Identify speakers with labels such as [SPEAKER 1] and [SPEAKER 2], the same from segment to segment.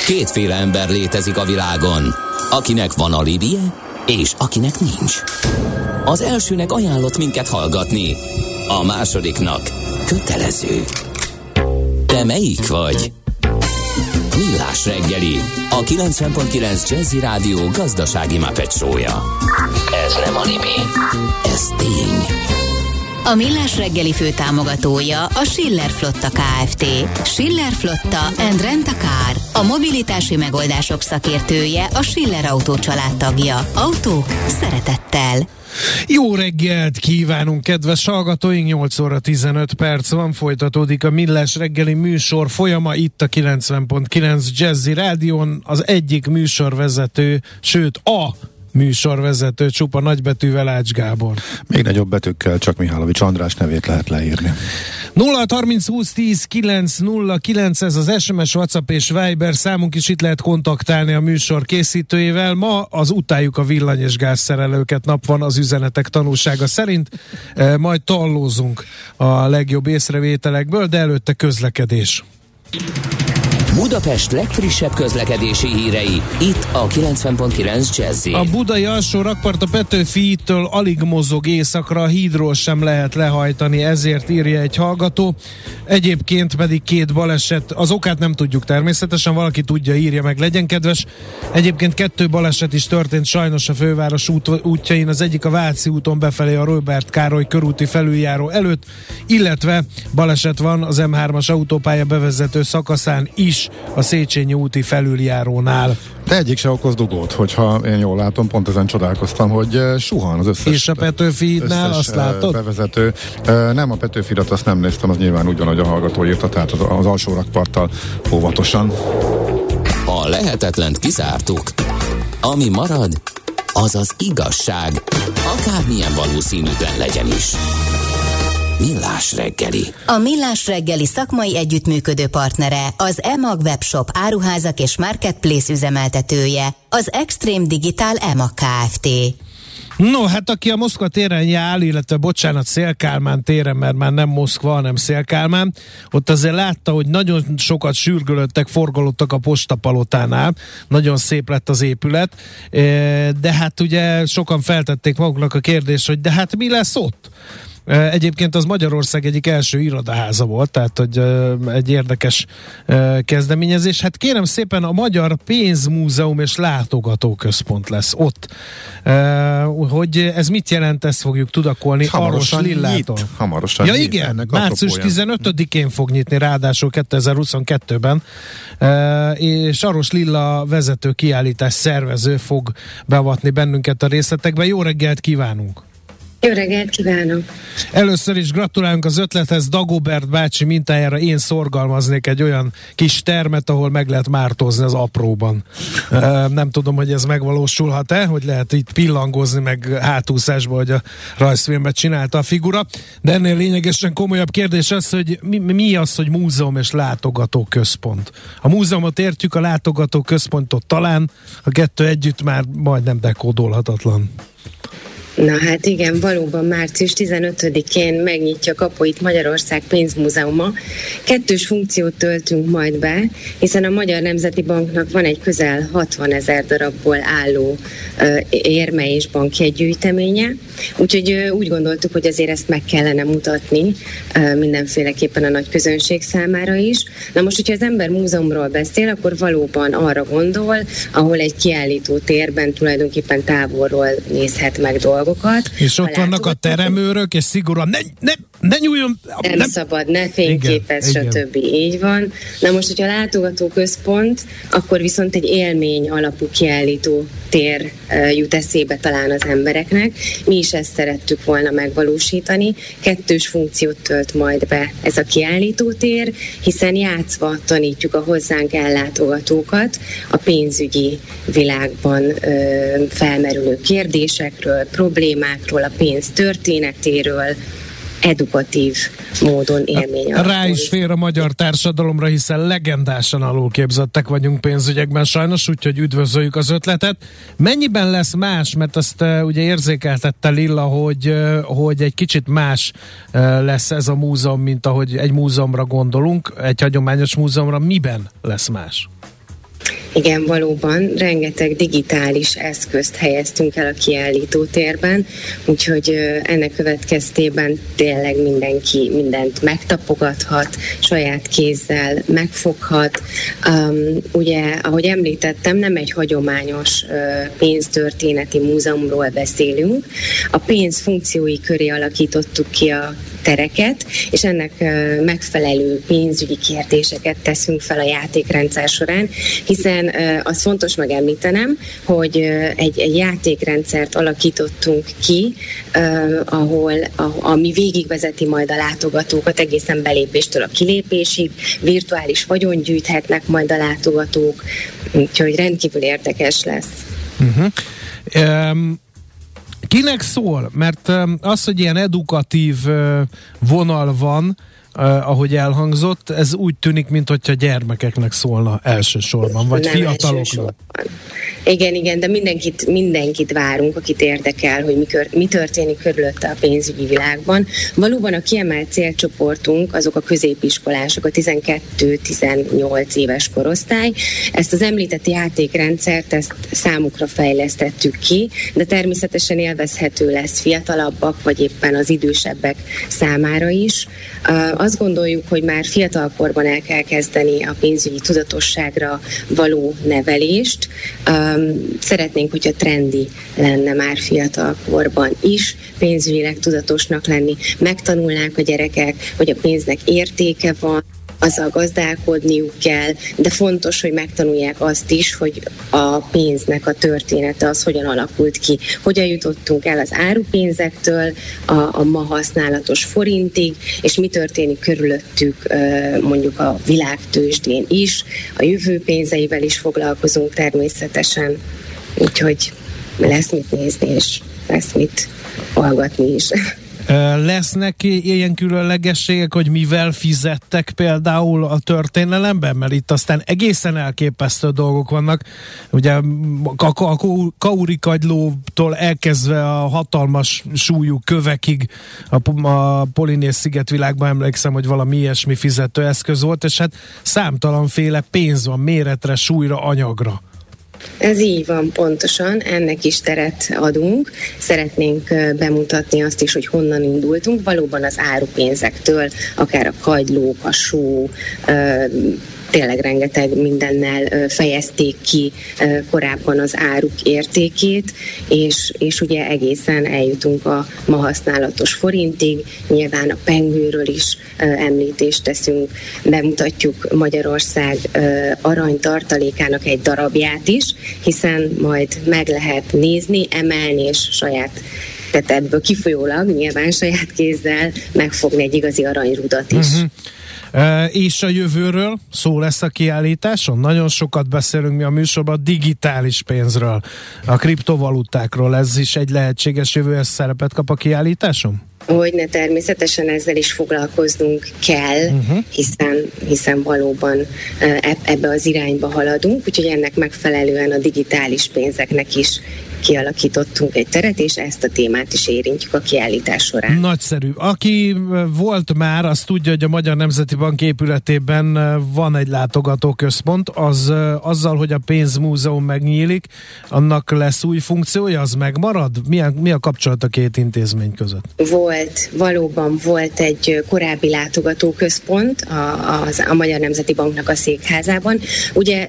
[SPEAKER 1] Kétféle ember létezik a világon, akinek van alibije, és akinek nincs. Az elsőnek ajánlott minket hallgatni, a másodiknak kötelező. Te melyik vagy? Millás reggeli, a 90.9 Jazzy Rádió gazdasági Muppet show-ja. Ez nem anime, ez tény.
[SPEAKER 2] A Millás reggeli főtámogatója a Schiller Flotta Kft. Schiller Flotta and Rent a Car. A mobilitási megoldások szakértője, a Schiller Autó család tagja. Autók szeretettel.
[SPEAKER 3] Jó reggelt kívánunk, kedves hallgatóink! 8 óra 15 perc van, folytatódik a Millás reggeli műsor folyama itt a 90.9 Jazzy Rádión. Az egyik műsorvezető, sőt a műsorvezető csupa nagybetűvel Ács Gábor.
[SPEAKER 4] Még nagyobb betűkkel csak Mihálovics András nevét lehet leírni.
[SPEAKER 3] 0-30 20 10 909, ez az SMS, WhatsApp és Viber számunk is, itt lehet kontaktálni a műsor készítőjével. Ma az utáljuk a villany- és gázszerelőket nap van az üzenetek tanúsága szerint, majd tallózunk a legjobb észrevételekből, de előtte közlekedés.
[SPEAKER 1] Budapest legfrissebb közlekedési hírei, itt a 90.9 Jazzy.
[SPEAKER 3] A budai alsó rakpart a Petőfi-től alig mozog északra, a hídról sem lehet lehajtani, ezért írja egy hallgató. Egyébként pedig 2 baleset, az okát nem tudjuk természetesen, valaki tudja, írja meg, legyen kedves. Egyébként 2 baleset is történt sajnos a főváros útjain, az egyik a Váci úton befelé a Róbert Károly körúti felüljáró előtt, illetve baleset van az M3-as autópálya bevezető szakaszán is, a Széchenyi úti felüljárónál.
[SPEAKER 4] De egyik se okoz dugót, hogyha én jól látom, pont ezen csodálkoztam, hogy suhan az összes.
[SPEAKER 3] És a Petőfi hídnál azt látod?
[SPEAKER 4] Bevezető. Nem, a Petőfi hídat azt nem néztem, az nyilván ugyan, hogy a hallgató írta, tehát az alsó rakparttal óvatosan.
[SPEAKER 1] A lehetetlent kizártuk. Ami marad, az az igazság, akármilyen valószínűtlen legyen is. Millás reggeli.
[SPEAKER 2] A Millás reggeli szakmai együttműködő partnere, az EMAG webshop áruházak és marketplace üzemeltetője, az Extreme Digital EMAG Kft.
[SPEAKER 3] No, hát aki a Moszkva téren jár, illetve bocsánat, Széll-Kálmán téren, mert már nem Moszkva, hanem Széll-Kálmán, ott azért látta, hogy nagyon sokat sürgölöttek, forgolódtak a postapalotánál, nagyon szép lett az épület, de hát ugye sokan feltették maguknak a kérdést, hogy de hát mi lesz ott? Egyébként az Magyarország egyik első irodaháza volt, tehát hogy egy érdekes kezdeményezés. Hát kérem szépen, a Magyar Pénzmúzeum és Látogatóközpont lesz ott. Hogy ez mit jelent, ezt fogjuk tudakolni Aros Lillától.
[SPEAKER 4] Hamarosan
[SPEAKER 3] ja igen, március 15-én fog nyitni, ráadásul 2022-ben, és Aros Lilla vezető kiállítás szervező fog beavatni bennünket a részletekbe. Jó reggelt kívánunk!
[SPEAKER 5] Jó reggelt kívánok! Először
[SPEAKER 3] is gratulálunk az ötlethez, Dagobert bácsi mintájára én szorgalmaznék egy olyan kis termet, ahol meg lehet mártózni az apróban. Nem tudom, hogy ez megvalósulhat-e, hogy lehet itt pillangozni, meg hátúszásba, hogy a rajzfilmet csinálta a figura, de ennél lényegesen komolyabb kérdés az, hogy mi az, hogy múzeum és látogatóközpont. A múzeumot értjük, a látogatóközpontot talán, a kettő együtt már majdnem dekódolhatatlan.
[SPEAKER 5] Na hát igen, valóban március 15-én megnyitja kapuit Magyarország Pénzmúzeuma. 2 funkciót töltünk majd be, hiszen a Magyar Nemzeti Banknak van egy közel 60 000 darabból álló érme és bankjegygyűjteménye, úgyhogy úgy gondoltuk, hogy azért ezt meg kellene mutatni mindenféleképpen a nagy közönség számára is. Na most, hogyha az ember múzeumról beszél, akkor valóban arra gondol, ahol egy kiállító térben tulajdonképpen távolról nézhet meg dolgokat.
[SPEAKER 3] És ott vannak a teremőrök, és szigorúan ne nyúljon!
[SPEAKER 5] Nem szabad, ne fényképez, stb. Így van. Na most, hogyha látogatóközpont, akkor viszont egy élmény alapú kiállító tér jut eszébe talán az embereknek. Mi is ezt szerettük volna megvalósítani. 2 funkciót tölt majd be ez a kiállítótér, hiszen játszva tanítjuk a hozzánk ellátogatókat a pénzügyi világban felmerülő kérdésekről, problémákról, a pénz történetéről, edukatív módon élmény.
[SPEAKER 3] Rá is fér a magyar társadalomra, hiszen legendásan alulképzettek vagyunk pénzügyekben sajnos, úgyhogy üdvözöljük az ötletet. Mennyiben lesz más, mert azt ugye érzékeltette Lilla, hogy egy kicsit más lesz ez a múzeum, mint ahogy egy múzeumra gondolunk, egy hagyományos múzeumra. Miben lesz más?
[SPEAKER 5] Igen, valóban rengeteg digitális eszközt helyeztünk el a kiállítótérben, úgyhogy ennek következtében tényleg mindenki mindent megtapogathat, saját kézzel megfoghat. Ugye, ahogy említettem, nem egy hagyományos pénztörténeti múzeumról beszélünk. A pénz funkciói köré alakítottuk ki a tereket, és ennek megfelelő pénzügyi kérdéseket teszünk fel a játékrendszer során, hiszen az fontos megemlítenem, hogy egy játékrendszert alakítottunk ki, ami végigvezeti majd a látogatókat egészen belépéstől a kilépésig, virtuális vagyont gyűjthetnek majd a látogatók, úgyhogy rendkívül érdekes lesz.
[SPEAKER 3] Kinek szól? Mert az, hogy ilyen edukatív vonal van, ahogy elhangzott, ez úgy tűnik, mintha gyermekeknek szólna elsősorban, vagy nem fiataloknak.
[SPEAKER 5] Igen, de mindenkit várunk, akit érdekel, hogy mi történik körülötte a pénzügyi világban. Valóban a kiemelt célcsoportunk azok a középiskolások, a 12-18 éves korosztály. Ezt az említett játékrendszert, ezt számukra fejlesztettük ki, de természetesen élvezhető lesz fiatalabbak, vagy éppen az idősebbek számára is. Azt gondoljuk, hogy már fiatalkorban el kell kezdeni a pénzügyi tudatosságra való nevelést. Szeretnénk, hogyha trendi lenne már fiatalkorban is pénzügyileg tudatosnak lenni. Megtanulnák a gyerekek, hogy a pénznek értéke van, azzal gazdálkodniuk kell, de fontos, hogy megtanulják azt is, hogy a pénznek a története az hogyan alakult ki. Hogyan jutottunk el az árupénzektől a ma használatos forintig, és mi történik körülöttük mondjuk a világtőzsdén is, a jövő pénzeivel is foglalkozunk természetesen, úgyhogy lesz mit nézni, és lesz mit hallgatni is.
[SPEAKER 3] Lesznek ilyen különlegességek, hogy mivel fizettek például a történelemben? Mert itt aztán egészen elképesztő dolgok vannak. Ugye a kaurikagylótól elkezdve a hatalmas súlyú kövekig a Polinéz szigetvilágban emlékszem, hogy valami ilyesmi fizetőeszköz volt, és hát számtalanféle pénz van méretre, súlyra, anyagra.
[SPEAKER 5] Ez így van, pontosan, ennek is teret adunk. Szeretnénk bemutatni azt is, hogy honnan indultunk. Valóban az árupénzektől, akár a kagylók, a só, tényleg rengeteg mindennel fejezték ki korábban az áruk értékét, és ugye egészen eljutunk a ma használatos forintig, nyilván a pengőről is említést teszünk, bemutatjuk Magyarország aranytartalékának egy darabját is, hiszen majd meg lehet nézni, emelni, és saját, tehát ebből kifolyólag nyilván saját kézzel megfogni egy igazi aranyrudat is.
[SPEAKER 3] És a jövőről szó lesz a kiállításon? Nagyon sokat beszélünk mi a műsorban a digitális pénzről, a kriptovalutákról. Ez is egy lehetséges jövős szerepet kap a kiállításon?
[SPEAKER 5] Hogyne, természetesen ezzel is foglalkoznunk kell, hiszen valóban ebbe az irányba haladunk, úgyhogy ennek megfelelően a digitális pénzeknek is kialakítottunk egy teret, és ezt a témát is érintjük a kiállítás során.
[SPEAKER 3] Nagyszerű. Aki volt már, az tudja, hogy a Magyar Nemzeti Bank épületében van egy látogatóközpont, azzal, hogy a pénzmúzeum megnyílik, annak lesz új funkciója, az megmarad? Mi a kapcsolat a két intézmény között?
[SPEAKER 5] Valóban volt egy korábbi látogatóközpont a Magyar Nemzeti Banknak a székházában. Ugye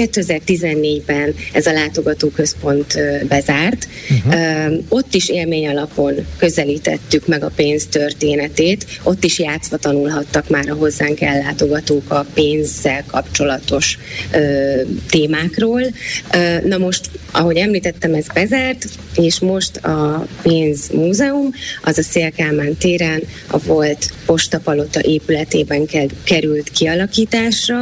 [SPEAKER 5] 2014-ben ez a látogatóközpont bezárt. Ott is élmény alapon közelítettük meg a pénz történetét, ott is játszva tanulhattak már a hozzánk ellátogatók a pénzzel kapcsolatos témákról. Na most, ahogy említettem, ez bezárt, és most a pénzmúzeum, az a Széll-Kálmán téren a volt postapalota épületében került kialakításra.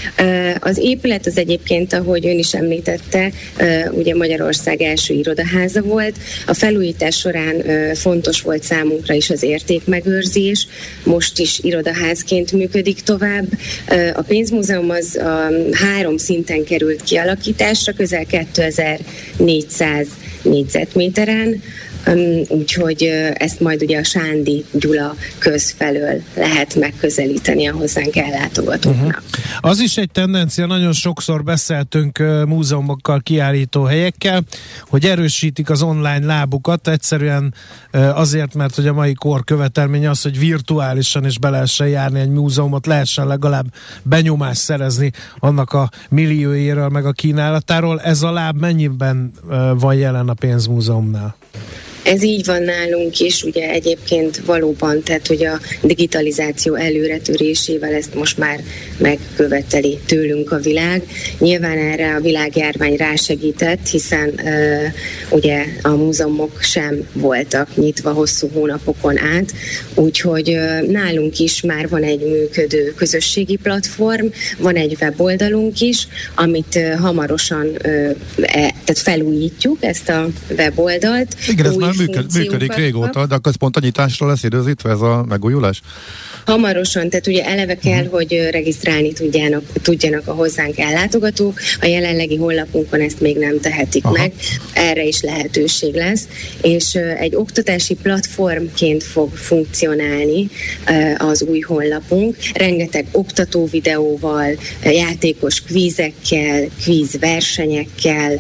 [SPEAKER 5] Az épület az egyébként, ahogy ön is említette, ugye Magyarország első irodaháza volt. A felújítás során fontos volt számunkra is az értékmegőrzés, most is irodaházként működik tovább. A pénzmúzeum az 3 szinten került kialakításra, közel 2400 négyzetméteren. úgyhogy ezt majd ugye a Sándi Gyula köz felől lehet megközelíteni a hozzánk ellátogatóknak.
[SPEAKER 3] Az is egy tendencia, nagyon sokszor beszéltünk múzeumokkal, kiállító helyekkel, hogy erősítik az online lábukat, egyszerűen azért, mert hogy a mai kor követelménye az, hogy virtuálisan is be lehessen járni egy múzeumot, lehessen legalább benyomást szerezni annak a millióéről, meg a kínálatáról. Ez a láb mennyiben van jelen a pénzmúzeumnál?
[SPEAKER 5] Ez így van nálunk is, ugye egyébként valóban, tehát hogy a digitalizáció előretörésével ezt most már megköveteli tőlünk a világ. Nyilván erre a világjárvány rásegített, hiszen ugye a múzeumok sem voltak nyitva hosszú hónapokon át, úgyhogy nálunk is már van egy működő közösségi platform, van egy weboldalunk is, amit hamarosan tehát felújítjuk ezt a weboldalt.
[SPEAKER 4] Igen, ez már működik régóta, de akkor ez pont a nyitásra lesz időzítve ez a megújulás?
[SPEAKER 5] Hamarosan, tehát ugye eleve kell, hogy regisztrálni tudjanak a hozzánk ellátogatók. A jelenlegi honlapunkon ezt még nem tehetik meg. Erre is lehetőség lesz. És egy oktatási platformként fog funkcionálni az új honlapunk. Rengeteg oktató videóval, játékos kvízekkel, kvízversenyekkel,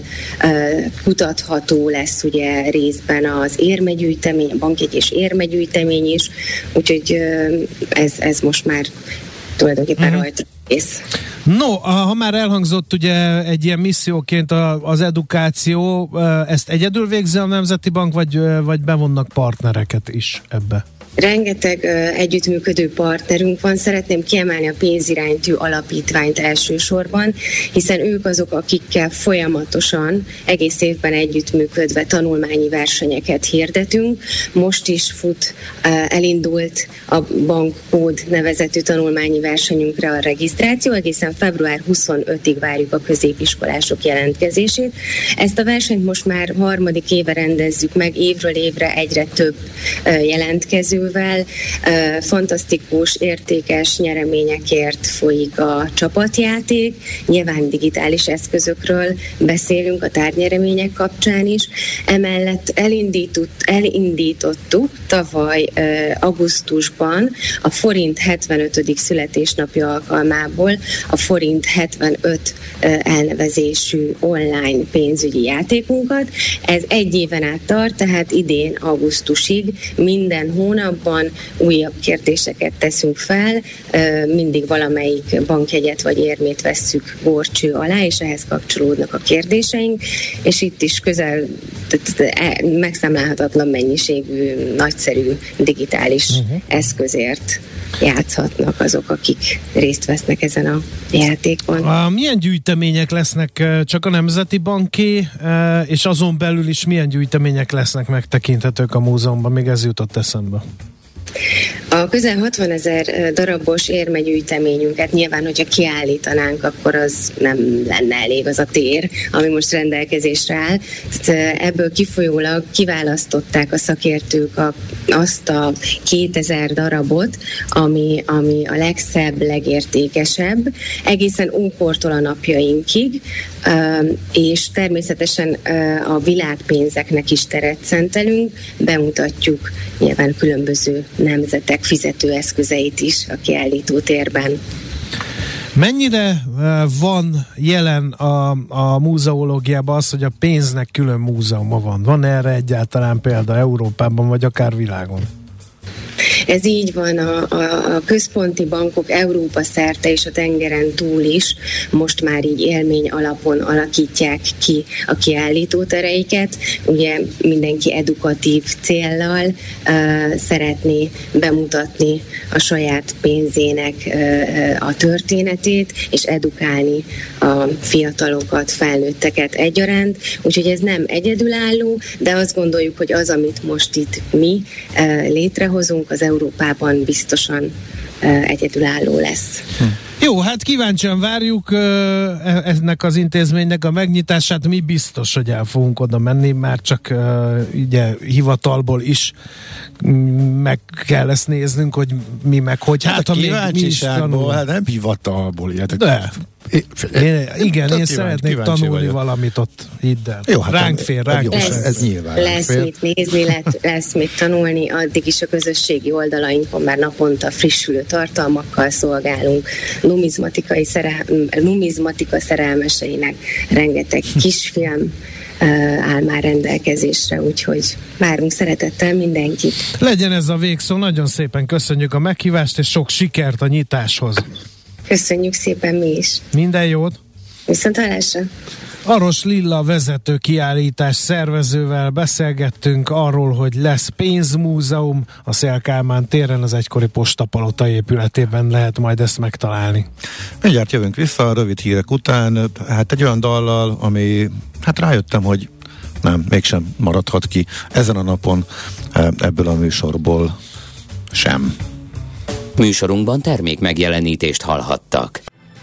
[SPEAKER 5] kutatható lesz ugye részben az érmegyűjtemény, a bankjegy és érmegyűjtemény is. Úgyhogy ez most már tulajdonképpen rajta kész.
[SPEAKER 3] No, ha már elhangzott ugye egy ilyen misszióként az edukáció, ezt egyedül végzi a Nemzeti Bank, vagy bevonnak partnereket is ebbe?
[SPEAKER 5] Rengeteg együttműködő partnerünk van, szeretném kiemelni a Pénziránytű Alapítványt elsősorban, hiszen ők azok, akikkel folyamatosan, egész évben együttműködve tanulmányi versenyeket hirdetünk. Most is elindult a Bankkód nevezetű tanulmányi versenyünkre a regisztráció, egészen február 25-ig várjuk a középiskolások jelentkezését. Ezt a versenyt most már 3. éve rendezzük meg, évről évre egyre több jelentkező. Fantasztikus, értékes nyereményekért folyik a csapatjáték. Nyilván digitális eszközökről beszélünk a tárgynyeremények kapcsán is. Emellett elindítottuk tavaly augusztusban a Forint 75. születésnapja alkalmából a Forint 75 elnevezésű online pénzügyi játékunkat. Ez 1 éven át tart, tehát idén augusztusig minden hónapban újabb kérdéseket teszünk fel, mindig valamelyik bankjegyet vagy érmét vesszük górcső alá, és ehhez kapcsolódnak a kérdéseink, és itt is közel megszámlálhatatlan mennyiségű, nagyszerű digitális eszközért játszhatnak azok, akik részt vesznek ezen a játékon.
[SPEAKER 3] Milyen gyűjtemények lesznek csak a Nemzeti Banké, és azon belül is milyen gyűjtemények lesznek megtekinthetők a múzeumban? Még ez jutott eszembe.
[SPEAKER 5] A közel 60 000 darabos érmegyűjteményünket nyilván, hogyha kiállítanánk, akkor az nem lenne elég az a tér, ami most rendelkezésre áll. Ebből kifolyólag kiválasztották a szakértők azt a 2000 darabot, ami a legszebb, legértékesebb, egészen ókortól a napjainkig, és természetesen a világpénzeknek is teret szentelünk, bemutatjuk nyilván különböző nemzetek fizetőeszközeit is a kiállító térben.
[SPEAKER 3] Mennyire van jelen a múzeológiában az, hogy a pénznek külön múzeuma van? Van erre egyáltalán példa Európában, vagy akár világon?
[SPEAKER 5] Ez így van, a központi bankok Európa szerte és a tengeren túl is most már így élmény alapon alakítják ki a kiállítótereiket. Ugye mindenki edukatív céllal szeretné bemutatni a saját pénzének a történetét, és edukálni a fiatalokat, felnőtteket egyaránt. Úgyhogy ez nem egyedülálló, de azt gondoljuk, hogy az, amit most itt mi létrehozunk, az Európában biztosan egyedülálló lesz.
[SPEAKER 3] Jó, hát kíváncsian várjuk ennek az intézménynek a megnyitását. Mi biztos, hogy el fogunk oda menni, már csak ugye hivatalból is meg kell ezt néznünk, hogy mi meg hogy.
[SPEAKER 4] Hát ha kíváncsiságból, hát nem hivatalból.
[SPEAKER 3] De Én szeretnék tanulni valamit ott, hidd el.
[SPEAKER 4] Jó, hát
[SPEAKER 3] ránk fér.
[SPEAKER 4] Ez nyilván
[SPEAKER 5] lesz mit nézni, lesz mit tanulni, addig is a közösségi oldalainkon már naponta frissülő tartalmakkal szolgálunk, numizmatika szerelmeseinek rengeteg kisfilm áll már rendelkezésre, úgyhogy várunk szeretettel mindenkit.
[SPEAKER 3] Legyen ez a végszó, nagyon szépen köszönjük a meghívást, és sok sikert a nyitáshoz.
[SPEAKER 5] Köszönjük szépen mi is.
[SPEAKER 3] Minden jót!
[SPEAKER 5] Viszonthallásra!
[SPEAKER 3] Aros Lilla vezető kiállítás szervezővel beszélgettünk arról, hogy lesz pénzmúzeum a Széll Kálmán téren, az egykori postapalota épületében lehet majd ezt megtalálni.
[SPEAKER 6] Mindjárt jövünk vissza a rövid hírek után, hát egy olyan dallal, ami, hát rájöttem, hogy nem, mégsem maradhat ki ezen a napon ebből a műsorból sem.
[SPEAKER 1] Műsorunkban termék megjelenítést hallhattak.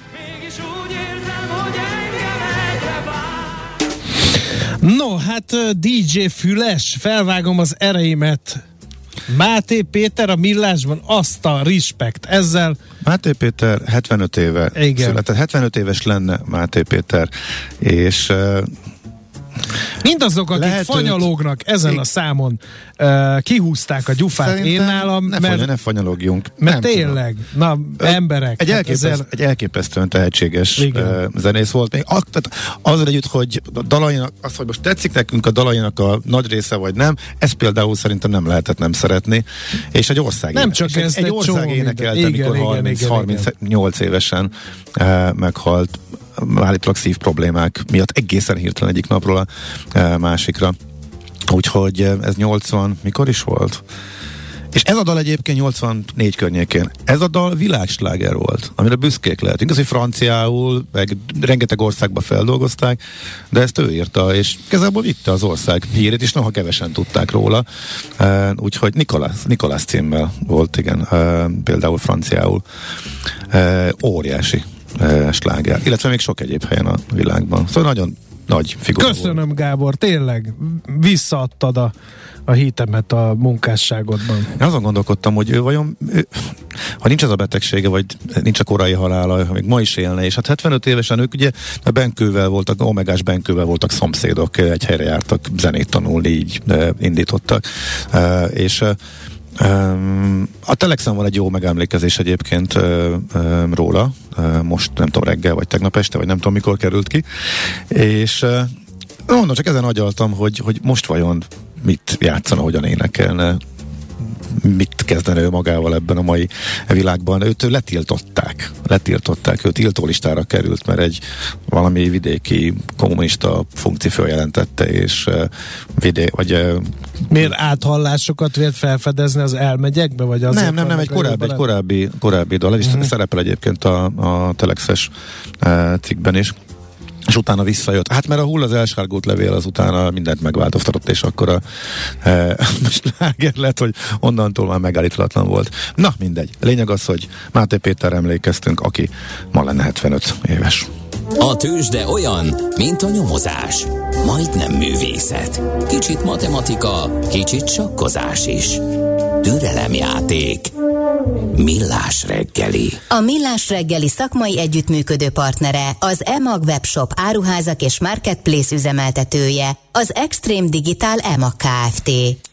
[SPEAKER 3] No, hát DJ Füles, felvágom az ereimet. Máté Péter a Millásban, azt a respekt. Ezzel...
[SPEAKER 6] Máté Péter 75 éve született, 75 éves lenne Máté Péter, és
[SPEAKER 3] mindazok, akik fanyalognak ezen a számon, kihúzták a gyufát.
[SPEAKER 6] Szerintem
[SPEAKER 3] én nálam,
[SPEAKER 6] ne fanyalogjunk.
[SPEAKER 3] Mert tényleg, emberek.
[SPEAKER 6] Egy elképesztően tehetséges zenész volt. Még azzal együtt, hogy a dalainak, az, hogy most tetszik nekünk a dalainak a nagy része, vagy nem, ezt például szerintem nem lehetett nem szeretni. És egy ország
[SPEAKER 3] nem csak ezt
[SPEAKER 6] egy ország énekelte, amikor 38 évesen meghalt, állítólag szívproblémák miatt egészen hirtelen egyik napról a másikra. Úgyhogy ez 80, mikor is volt? És ez a dal egyébként 84 környékén. Ez a dal világsláger volt, amire büszkék lehetünk. Az, hogy franciául, meg rengeteg országba feldolgozták, de ezt ő írta, és igazából vitte az ország hírét, és noha kevesen tudták róla. Úgyhogy Nicolas címmel volt, igen, például franciául. Óriási sláger, illetve még sok egyéb helyen a világban. Szóval nagyon nagy figura.
[SPEAKER 3] Köszönöm volt. Gábor, tényleg visszaadtad a hitemet a munkásságodban.
[SPEAKER 6] Én azon gondolkodtam, hogy ő vajon, ha nincs ez a betegsége, vagy nincs a korai halála, ha még ma is élne, és hát 75 évesen ők ugye a Benkővel voltak, Omegás Benkővel voltak szomszédok, egy helyre jártak zenét tanulni, így indítottak. És a Telexen van egy jó megemlékezés egyébként róla, most nem tudom, reggel, vagy tegnap este, vagy nem tudom, mikor került ki, és mondom, csak ezen agyaltam, hogy most vajon mit játszana, hogyan énekelne, mit kezdene ő magával ebben a mai világban. Őt letiltották, ő tiltólistára került, mert egy valami vidéki kommunista funkci följelentette, és
[SPEAKER 3] miért áthallásokat vélt felfedezni az elmegyekbe? Vagy
[SPEAKER 6] nem, egy korábbi dal, és szerepel egyébként a Telexes cikkben is. És utána visszajött. Hát mert a Hull az elsárgult levél, az utána mindent megváltoztatott, és akkor a sláger lett, hogy onnantól már megállíthatatlan volt. Na, mindegy. Lényeg az, hogy Máté Péterre emlékeztünk, aki ma lenne 75 éves.
[SPEAKER 1] A tőzsde olyan, mint a nyomozás. Majdnem művészet. Kicsit matematika, kicsit sakkozás is. Türelemjáték. Millás reggeli.
[SPEAKER 2] A Millás reggeli szakmai együttműködő partnere, az EMAG webshop áruházak és marketplace üzemeltetője, az Extreme Digital EMAG Kft.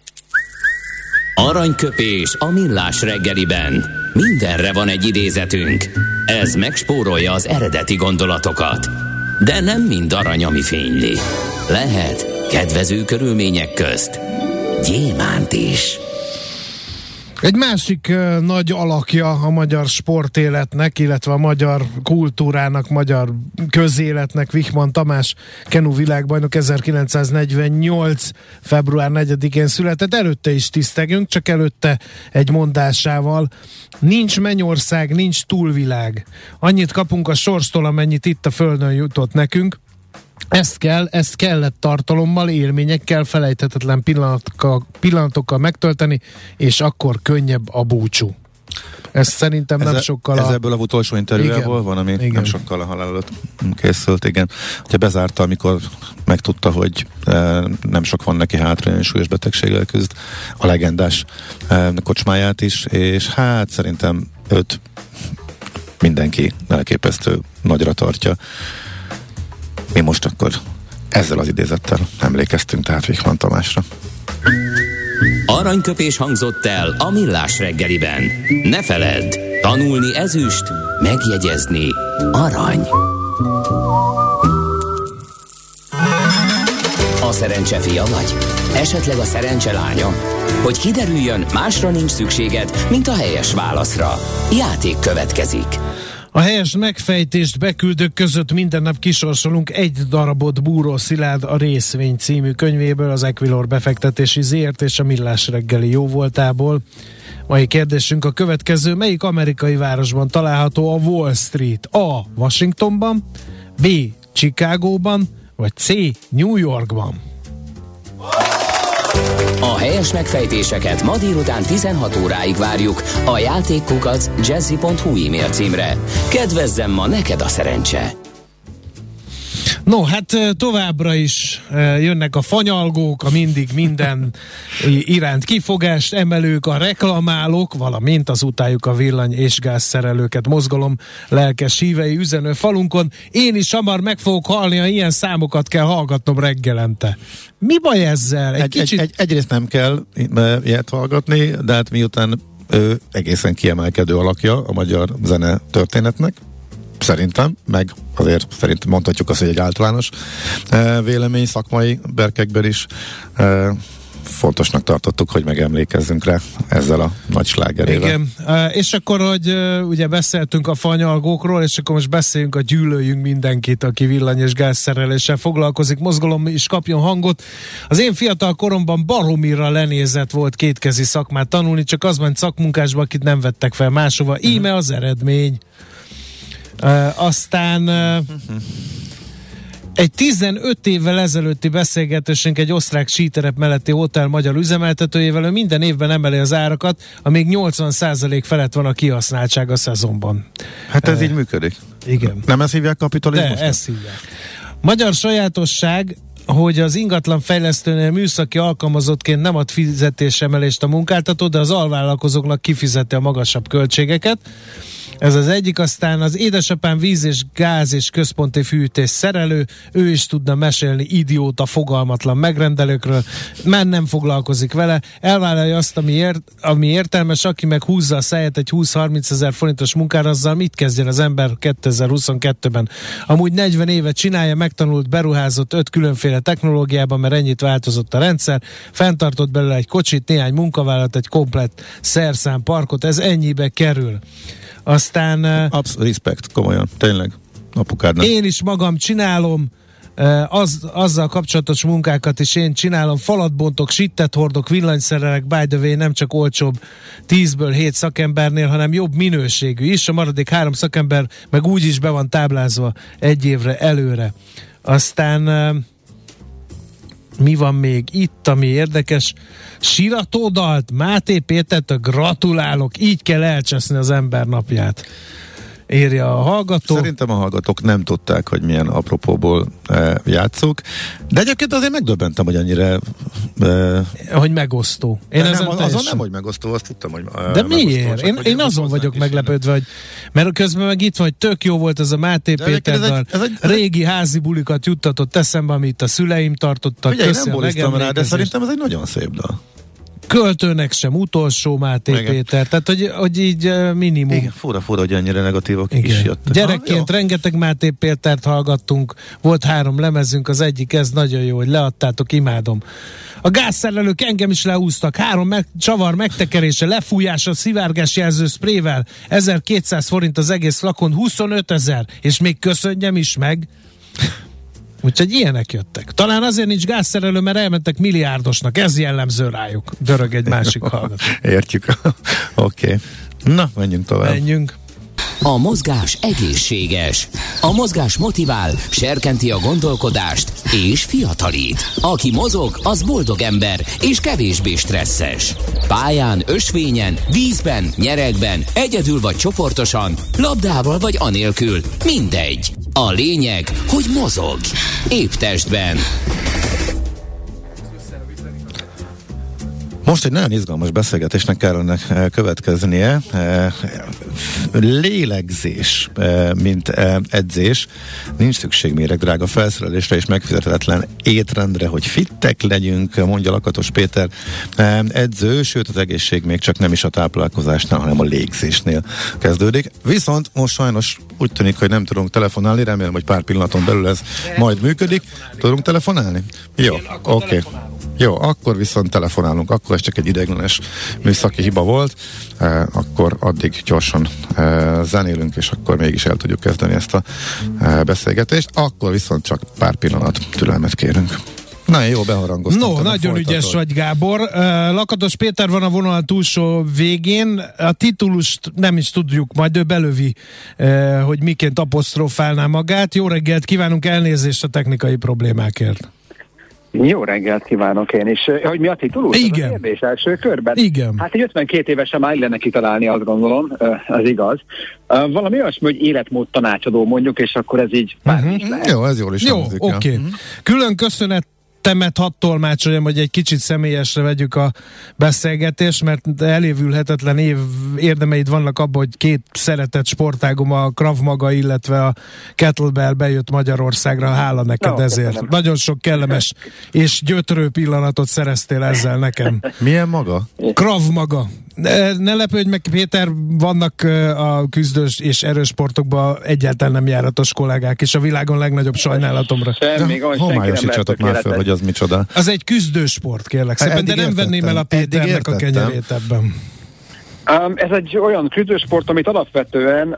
[SPEAKER 1] Aranyköpés a Millás reggeliben. Mindenre van egy idézetünk. Ez megspórolja az eredeti gondolatokat. De nem mind arany, ami fényli. Lehet kedvező körülmények közt gyémánt is.
[SPEAKER 3] Egy másik nagy alakja a magyar sportéletnek, illetve a magyar kultúrának, magyar közéletnek Wichmann Tamás kenu világbajnok 1948. február 4-én született. Előtte is tisztegünk, csak előtte egy mondásával. Nincs mennyország, nincs túlvilág. Annyit kapunk a sorstól, amennyit itt a földön jutott nekünk. Ezt kellett tartalommal, élményekkel, felejthetetlen pillanatokkal megtölteni, és akkor könnyebb a búcsú. Ez szerintem nem sokkal
[SPEAKER 6] Ez ebből a utolsó interjújából van, ami nem sokkal a halál előtt készült, igen. Ugye bezárta, amikor megtudta, hogy nem sok van neki hátra, és súlyos betegséggel küzd, a legendás kocsmáját is, és hát szerintem őt mindenki elképesztő nagyra tartja. Mi most akkor ezzel az idézettel emlékeztünk tehát Wichmann Tamásra.
[SPEAKER 1] Aranyköpés hangzott el a Millás reggeliben. Ne feledd, tanulni ezüst, megjegyezni arany. A szerencse fia vagy? Esetleg a szerencse lánya? Hogy kiderüljön, másra nincs szükséged, mint a helyes válaszra. Játék következik.
[SPEAKER 3] A helyes megfejtést beküldők között minden nap kisorsolunk egy darabot Búró Szilárd a Részvény című könyvéből, az Equilor befektetési ZRT és a Millás reggeli jóvoltából. Mai kérdésünk a következő: melyik amerikai városban található a Wall Street? A. Washingtonban, B. Chicagóban, vagy C. New Yorkban?
[SPEAKER 1] A helyes megfejtéseket ma délután 16 óráig várjuk a játékkukac@jazzy.hu e-mail címre. Kedvezzem ma neked a szerencse!
[SPEAKER 3] No, hát továbbra is jönnek a fanyalgók, a mindig minden iránt kifogást emelők, a reklamálók, valamint az utáljuk a villany- és gázszerelőket. Mozgalom lelkes hívei üzenő falunkon. Én is hamar meg fogok halni, ha ilyen számokat kell hallgatnom reggelente. Mi baj ezzel?
[SPEAKER 6] Egyrészt nem kell ilyet hallgatni, de hát miután ő egészen kiemelkedő alakja a magyar zene történetnek, szerintem, meg azért szerintem mondhatjuk azt, hogy egy általános vélemény szakmai berkekből is fontosnak tartottuk, hogy megemlékezzünk rá ezzel a nagy slágerével.
[SPEAKER 3] Igen, és akkor, hogy ugye beszéltünk a fanyalgókról, és akkor most beszéljünk a gyűlöljünk mindenkit, aki villany- és gázszereléssel foglalkozik. Mozgalom is kapjon hangot. Az én fiatal koromban baromira lenézett volt kétkezi szakmát tanulni, csak az ment szakmunkásba, akit nem vettek fel máshova. Íme az eredmény. Aztán egy 15 évvel ezelőtti beszélgetésünk egy osztrák síterep melletti hotel magyar üzemeltetőjével, ő minden évben emeli az árakat, amíg 80% felett van a kihasználtság a szezonban.
[SPEAKER 6] Hát ez így működik.
[SPEAKER 3] Igen.
[SPEAKER 6] Nem ezt hívják kapitalizmusnak?
[SPEAKER 3] De, ezt hívják. Magyar sajátosság, hogy az ingatlan fejlesztőnél műszaki alkalmazottként nem ad fizetésemelést a munkáltató, de az alvállalkozóknak kifizeti a magasabb költségeket. Ez az egyik. Aztán az édesapám víz és gáz és központi fűtés szerelő, ő is tudna mesélni idióta, fogalmatlan megrendelőkről, már nem foglalkozik vele, elvállalja azt, ami értelmes, aki meg húzza a száját egy 20-30 ezer forintos munkára, azzal mit kezdjen az ember 2022-ben? Amúgy 40 éve csinálja, megtanult, beruházott 5 különféle technológiában, mert ennyit változott a rendszer, fenntartott belőle egy kocsit, néhány munkavállalat, egy komplett szerszámparkot, ez ennyibe kerül. Aztán...
[SPEAKER 6] Respect, komolyan, tényleg, apukádnak.
[SPEAKER 3] Én is magam csinálom, azzal kapcsolatos munkákat is én csinálom, falat bontok, sittet hordok, villanyszerelek, by the way, nem csak olcsóbb 10-ből 7 szakembernél, hanem jobb minőségű is, a maradék 3 szakember meg úgy is be van táblázva egy évre előre. Aztán mi van még itt, ami érdekes? Siratódalt, Máté Pétertől gratulálok, így kell elcseszni az ember napját. Írja a hallgató.
[SPEAKER 6] Szerintem a hallgatók nem tudták, hogy milyen apropóból játszuk, de egyébként azért megdöbbentem, hogy annyira...
[SPEAKER 3] hogy megosztó. Én
[SPEAKER 6] azon nem, hogy megosztó, azt tudtam, hogy
[SPEAKER 3] de miért? Én azon vagyok meglepődve, hogy mert közben meg itt vagy, tök jó volt ez a Máté Péter, régi házi bulikat juttatott eszembe, amit a szüleim tartottak.
[SPEAKER 6] Ugye, én nem buliztam rá, de szerintem ez egy nagyon szép dal.
[SPEAKER 3] Költőnek sem utolsó Máté Péter, tehát hogy így minimum.
[SPEAKER 6] Igen, fura, hogy ennyire negatívak is jöttek.
[SPEAKER 3] Gyerekként rengeteg Máté Pétert hallgattunk, volt 3 lemezünk, az egyik ez nagyon jó, hogy leadtátok, imádom. A gázszerelők engem is leúztak, 3 csavar megtekerése, lefújása, szivárgásjelző szprével, 1200 forint az egész flakon, 25 000, és még köszönjem is meg. Úgyhogy ilyenek jöttek. Talán azért nincs gázszerelő, mert elmentek milliárdosnak. Ez jellemző rájuk. Dörög egy másik hallgató.
[SPEAKER 6] Értjük. Oké. Na, menjünk tovább.
[SPEAKER 3] Menjünk.
[SPEAKER 1] A mozgás egészséges. A mozgás motivál, serkenti a gondolkodást és fiatalít. Aki mozog, az boldog ember és kevésbé stresszes. Pályán, ösvényen, vízben, nyeregben, egyedül vagy csoportosan, labdával vagy anélkül, mindegy. A lényeg, hogy mozog. Épp testben.
[SPEAKER 6] Most egy nagyon izgalmas beszélgetésnek kellene következnie. lélegzés, mint edzés. Nincs szükség méregdrága felszerelésre és megfizethetetlen étrendre, hogy fittek legyünk, mondja Lakatos Péter edző, sőt az egészség még csak nem is a táplálkozásnál, hanem a légzésnél kezdődik. Viszont most sajnos úgy tűnik, hogy nem tudunk telefonálni, remélem, hogy pár pillanaton belül ez majd működik. Tudunk telefonálni? Jó, oké. Jó, akkor viszont telefonálunk, akkor ez csak egy ideiglenes műszaki hiba volt, akkor addig gyorsan zenélünk, és akkor mégis el tudjuk kezdeni ezt a beszélgetést, akkor viszont csak pár pillanat türelmet kérünk. Na jó, beharangoztam.
[SPEAKER 3] No, nagyon ügyes vagy, Gábor. Lakatos Péter van a vonal túlsó végén. A titulust nem is tudjuk, majd ő belövi, hogy miként apostrofálná magát. Jó reggelt kívánunk, elnézést a technikai problémákért.
[SPEAKER 7] Jó reggelt kívánok én is. Hogy mi a titulus?
[SPEAKER 3] Igen.
[SPEAKER 7] Az a kérdés első körben?
[SPEAKER 3] Igen.
[SPEAKER 7] Hát egy 52 évesen már lenne kitalálni, azt gondolom, az igaz. Valami olyasmi, hogy életmód tanácsadó mondjuk, és akkor ez így is lehet.
[SPEAKER 6] Jó, ez jól is hangzik.
[SPEAKER 3] Jó, oké. Külön köszönet temet hadd tolmácsoljam, hogy egy kicsit személyesre vegyük a beszélgetést, mert elévülhetetlen érdemeid vannak abban, hogy két szeretett sportágom, a Krav Maga, illetve a Kettlebell bejött Magyarországra, hála neked ezért. Köszönöm. Nagyon sok kellemes és gyötrő pillanatot szereztél ezzel nekem.
[SPEAKER 6] Milyen maga?
[SPEAKER 3] Krav Maga. Ne lepődj meg, Péter, vannak a küzdős és erős sportokban egyáltalán nem járatos kollégák, és a világon legnagyobb sajnálatomra.
[SPEAKER 6] Homályosítsatok már fel, hogy az micsoda.
[SPEAKER 3] Az egy küzdősport, kérlek szépen, de nem venném el a Péternek a kenyerét ebben.
[SPEAKER 7] Ez egy olyan küzdősport, amit alapvetően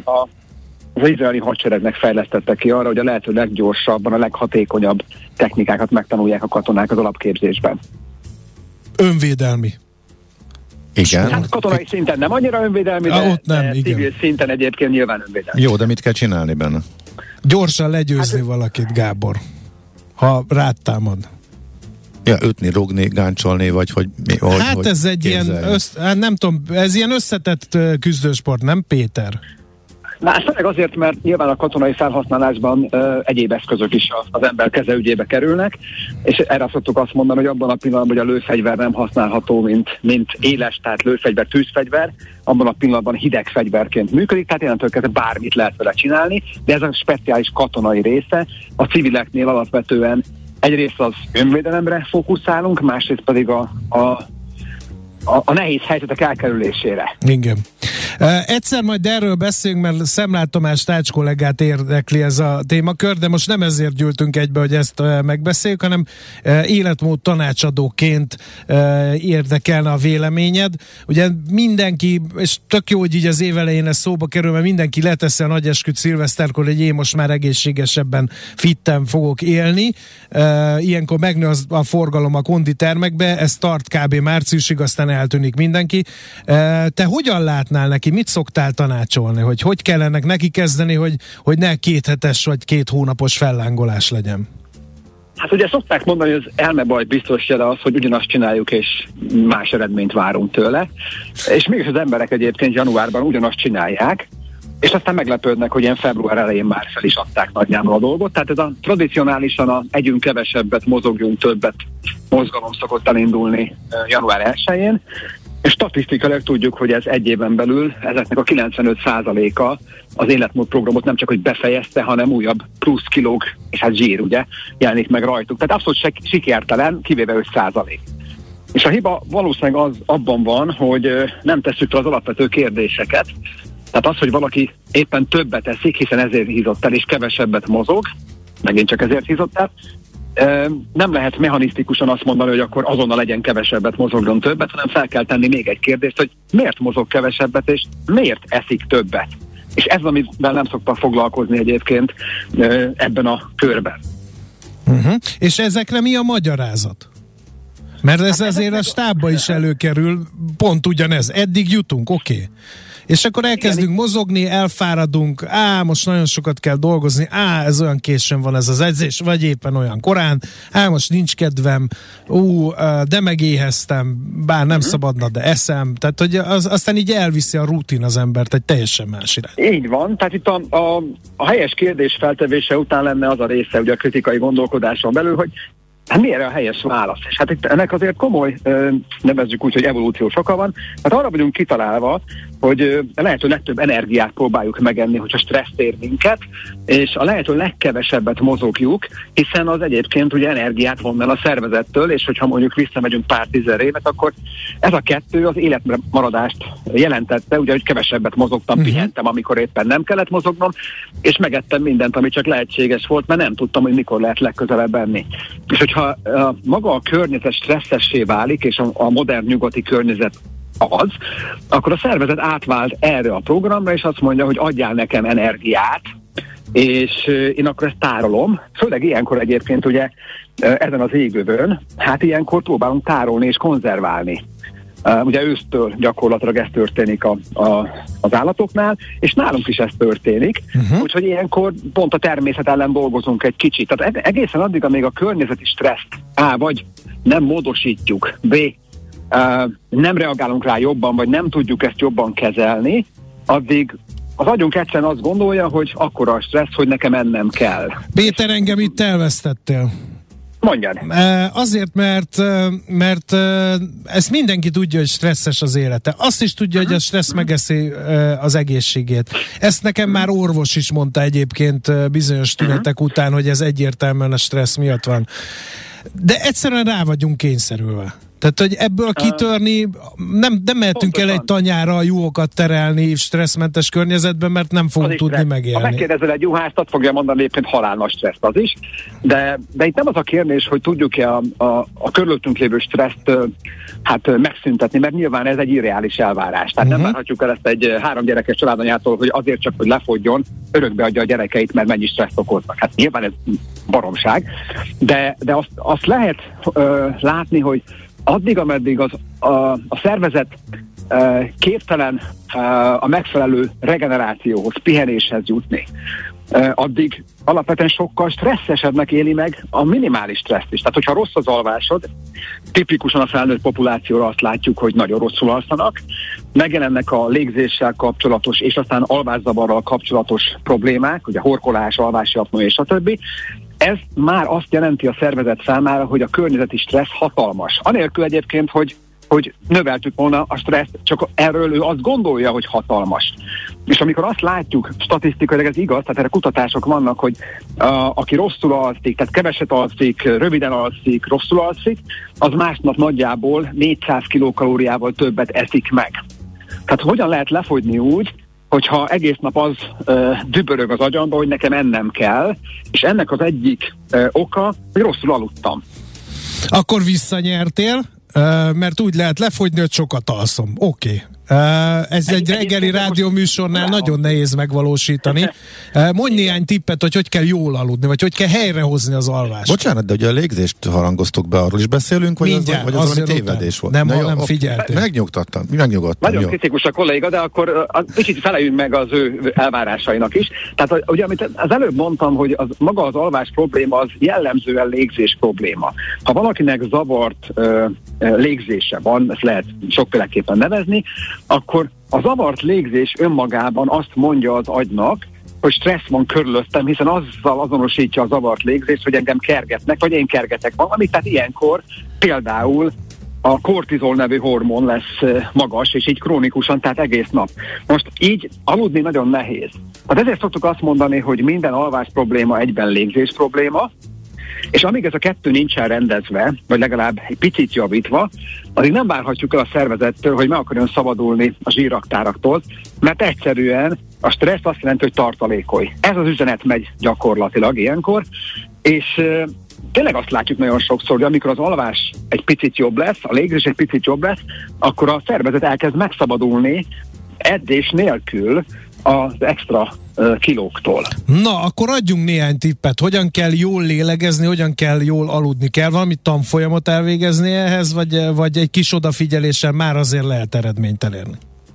[SPEAKER 7] az izraeli hadseregnek fejlesztettek ki arra, hogy a lehető leggyorsabban, a leghatékonyabb technikákat megtanulják a katonák az alapképzésben.
[SPEAKER 3] Önvédelmi.
[SPEAKER 6] Igen.
[SPEAKER 7] Hát katonai szinten nem annyira önvédelmi, de civil szinten egyébként nyilván önvédelmi.
[SPEAKER 6] Jó, de mit kell csinálni benne?
[SPEAKER 3] Gyorsan legyőzni valakit, Gábor, ha rád támad.
[SPEAKER 6] Ja, ütni, rúgni, gáncsolni, vagy hogy
[SPEAKER 3] hát ez egy ilyen, nem tudom, ez ilyen összetett küzdősport, nem, Péter?
[SPEAKER 7] Na, főleg azért, mert nyilván a katonai felhasználásban egyéb eszközök is az ember kezeügyébe kerülnek, és erre szoktuk azt mondani, hogy abban a pillanatban, hogy a lőfegyver nem használható, mint éles, tehát lőfegyver, tűzfegyver, abban a pillanatban hideg fegyverként működik, tehát innentől kezdve bármit lehet vele csinálni, de ez a speciális katonai része. A civileknél alapvetően egyrészt az önvédelemre fókuszálunk, másrészt pedig a nehéz helyzetek elkerülésére.
[SPEAKER 3] Igen. Egyszer majd erről beszélünk, mert Szemlát Tamás Tács kollégát érdekli ez a témakör, de most nem ezért gyűltünk egybe, hogy ezt megbeszéljük, hanem életmód tanácsadóként érdekelne a véleményed. Ugye mindenki, és tök jó, hogy így az év elején ez szóba kerül, mert mindenki leteszi a nagy esküt szilveszterkor, hogy én most már egészségesebben, fitten fogok élni. Ilyenkor megnő a forgalom a konditermekbe, ez tart kb. Márciusig, aztán eltűnik mindenki. Te hogyan látnál neki? Mit szoktál tanácsolni? Hogy kellene neki kezdeni, hogy ne 2 hetes vagy 2 hónapos fellángolás legyen?
[SPEAKER 7] Hát ugye szokták mondani, hogy az elmebaj biztos jele az, hogy ugyanazt csináljuk, és más eredményt várunk tőle. És mégis az emberek egyébként januárban ugyanazt csinálják, és aztán meglepődnek, hogy ilyen február elején már fel is adták nagyjából a dolgot. Tehát ez a tradicionálisan együnk kevesebbet, mozogjunk többet mozgalom szokott elindulni január 1-én, és statisztikailag tudjuk, hogy ez egy éven belül ezeknek a 95%-a az életmódprogramot nem csak hogy befejezte, hanem újabb plusz kilók, és hát zsír, ugye, jelenik meg rajtuk. Tehát abszolút sikertelen, kivéve 5%. És a hiba valószínűleg az abban van, hogy nem tesszük fel az alapvető kérdéseket. Tehát az, hogy valaki éppen többet eszik, hiszen ezért hízott el, és kevesebbet mozog, megint csak ezért hízott el, nem lehet mechanisztikusan azt mondani, hogy akkor azonnal legyen kevesebbet, mozogjon többet, hanem fel kell tenni még egy kérdést, hogy miért mozog kevesebbet, és miért eszik többet. És ez, amivel nem szoktak foglalkozni egyébként ebben a körben.
[SPEAKER 3] És ezekre mi a magyarázat? Mert ez azért a stábba is előkerül, pont ugyanez. Eddig jutunk, oké. És akkor elkezdünk mozogni, elfáradunk, most nagyon sokat kell dolgozni, ez olyan későn van ez az edzés, vagy éppen olyan korán, most nincs kedvem, de megéheztem, bár nem szabadna, de eszem, tehát hogy aztán így elviszi a rutin az embert egy teljesen más irány.
[SPEAKER 7] Így van, tehát itt a helyes kérdés feltevése után lenne az a része ugye a kritikai gondolkodáson belül, hogy hát mi erre a helyes válasz? És hát itt ennek azért komoly, nevezzük úgy, hogy evolúciós oka van. Hát arra vagyunk kitalálva, a lehető legtöbb energiát próbáljuk megenni, hogyha stressz ér minket, és a lehető legkevesebbet mozogjuk, hiszen az egyébként ugye energiát von el a szervezettől, és hogyha mondjuk visszamegyünk pár 10 évet, akkor ez a kettő az életmaradást jelentette, ugye, hogy kevesebbet mozogtam, pihentem, amikor éppen nem kellett mozognom, és megettem mindent, ami csak lehetséges volt, mert nem tudtam, hogy mikor lehet legközelebb enni. És hogyha maga a környezet stresszessé válik, és a modern nyugati környezet az, akkor a szervezet átvált erre a programra, és azt mondja, hogy adjál nekem energiát, és én akkor ezt tárolom, főleg ilyenkor egyébként ugye ezen az égövön, hát ilyenkor próbálunk tárolni és konzerválni. Ugye ősztől gyakorlatilag ez történik az állatoknál, és nálunk is ez történik, úgyhogy ilyenkor pont a természet ellen dolgozunk egy kicsit. Tehát egészen addig, amíg a környezeti stresszt vagy nem módosítjuk, nem reagálunk rá jobban, vagy nem tudjuk ezt jobban kezelni, addig az agyunk egyszerűen azt gondolja, hogy akkora a stressz, hogy nekem ennem kell.
[SPEAKER 3] Péter, engem itt elvesztettél.
[SPEAKER 7] Mondjad.
[SPEAKER 3] Azért, mert ezt mindenki tudja, hogy stresszes az élete. Azt is tudja, hogy a stressz megeszi az egészségét. Ezt nekem már orvos is mondta egyébként bizonyos tünetek után, hogy ez egyértelműen a stressz miatt van. De egyszerűen rá vagyunk kényszerülve. Tehát, hogy ebből kitörni, nem mehetünk el egy tanyára a juhokat terelni stresszmentes környezetben, mert nem fogunk tudni megélni.
[SPEAKER 7] Ha megkérdezel egy juhást, azt fogja mondani egyébként halálnas stresszt az is, de itt nem az a kérdés, hogy tudjuk-e a körülöttünk lévő stresszt megszüntetni, mert nyilván ez egy irreális elvárás. Tehát nem várhatjuk el ezt egy 3 gyerekes családanyától, hogy azért csak, hogy lefogyjon, örökbe adja a gyerekeit, mert mennyi stresszt okoznak. Hát nyilván ez baromság, de azt lehet látni, hogy addig, ameddig a szervezet képtelen a megfelelő regenerációhoz, pihenéshez jutni, addig alapvetően sokkal stresszesebbnek éli meg a minimális stresszt is. Tehát, hogyha rossz az alvásod, tipikusan a felnőtt populációra azt látjuk, hogy nagyon rosszul alszanak, megjelennek a légzéssel kapcsolatos és aztán alvászavarral kapcsolatos problémák, ugye horkolás, alvási apnoé és a többi. Ez már azt jelenti a szervezet számára, hogy a környezeti stressz hatalmas. Anélkül egyébként, hogy növeltük volna a stresszt, csak erről ő azt gondolja, hogy hatalmas. És amikor azt látjuk, statisztikailag ez igaz, tehát erre kutatások vannak, hogy aki rosszul alszik, tehát keveset alszik, röviden alszik, rosszul alszik, az másnap nagyjából 400 kilokalóriával többet eszik meg. Tehát hogyan lehet lefogyni úgy, hogyha egész nap az dübörög az agyamba, hogy nekem ennem kell, és ennek az egyik oka, hogy rosszul aludtam.
[SPEAKER 3] Akkor visszanyertél, mert úgy lehet lefogyni, hogy sokat alszom. Oké. Ez egy reggeli rádióműsornál nagyon nehéz megvalósítani. Mondj néhány tippet, hogy kell jól aludni, vagy hogy kell helyrehozni az alvást.
[SPEAKER 6] Bocsánat, de ugye a légzést harangoztuk be, arról is beszélünk, vagy
[SPEAKER 3] mindjárt,
[SPEAKER 6] az valami tévedés volt?
[SPEAKER 3] Nem figyeltél.
[SPEAKER 6] Megnyugtattam.
[SPEAKER 7] Nagyon kritikus a kolléga, de akkor kicsit feleljünk meg az ő elvárásainak is. Tehát ugye, amit az előbb mondtam, hogy maga az alvás probléma az jellemzően légzés probléma. Ha valakinek zavart légzése van, ezt lehet sokféleképpen nevezni, akkor a zavart légzés önmagában azt mondja az agynak, hogy stressz van körülöttem, hiszen azzal azonosítja a zavart légzést, hogy engem kergetnek, vagy én kergetek valamit, tehát ilyenkor például a kortizol nevű hormon lesz magas, és így krónikusan, tehát egész nap. Most így aludni nagyon nehéz. Hát ezért szoktuk azt mondani, hogy minden alvás probléma egyben légzés probléma, és amíg ez a kettő nincsen rendezve, vagy legalább egy picit javítva, addig nem várhatjuk el a szervezettől, hogy meg akarjon szabadulni a zsíraktáraktól, mert egyszerűen a stressz azt jelenti, hogy tartalékolj. Ez az üzenet megy gyakorlatilag ilyenkor, és tényleg azt látjuk nagyon sokszor, hogy amikor az alvás egy picit jobb lesz, a légzés egy picit jobb lesz, akkor a szervezet elkezd megszabadulni edzés nélkül az extra kilóktól.
[SPEAKER 3] Na, akkor adjunk néhány tippet. Hogyan kell jól lélegezni, hogyan kell jól aludni? Kell valami tanfolyamot elvégezni ehhez, vagy egy kis odafigyeléssel már azért lehet eredményt elérni?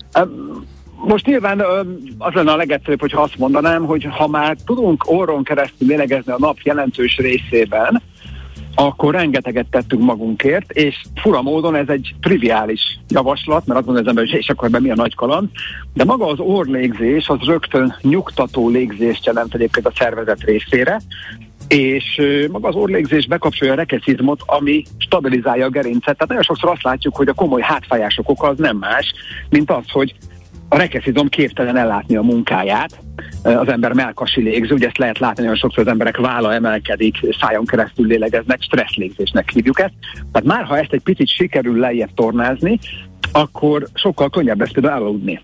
[SPEAKER 7] Most nyilván az lenne a legegyszerűbb, hogyha azt mondanám, hogy ha már tudunk orron keresztül lélegezni a nap jelentős részében, akkor rengeteget tettünk magunkért, és fura módon ez egy triviális javaslat, mert azt mondja az ember, hogy és akkor ebben mi a nagy kaland, de maga az orrlégzés az rögtön nyugtató légzést jelent egyébként a szervezet részére, és maga az orrlégzés bekapcsolja a rekeszizmot, ami stabilizálja a gerincet. Tehát nagyon sokszor azt látjuk, hogy a komoly hátfájások oka az nem más, mint az, hogy a rekeszizom képtelen ellátni a munkáját, az ember mellkasi légző, ugye ezt lehet látni, nagyon sokszor az emberek válla emelkedik, szájon keresztül lélegeznek, stresszlégzésnek hívjuk ezt. Tehát már ha ezt egy picit sikerül lejjebb tornázni, akkor sokkal könnyebb ezt például elaludni.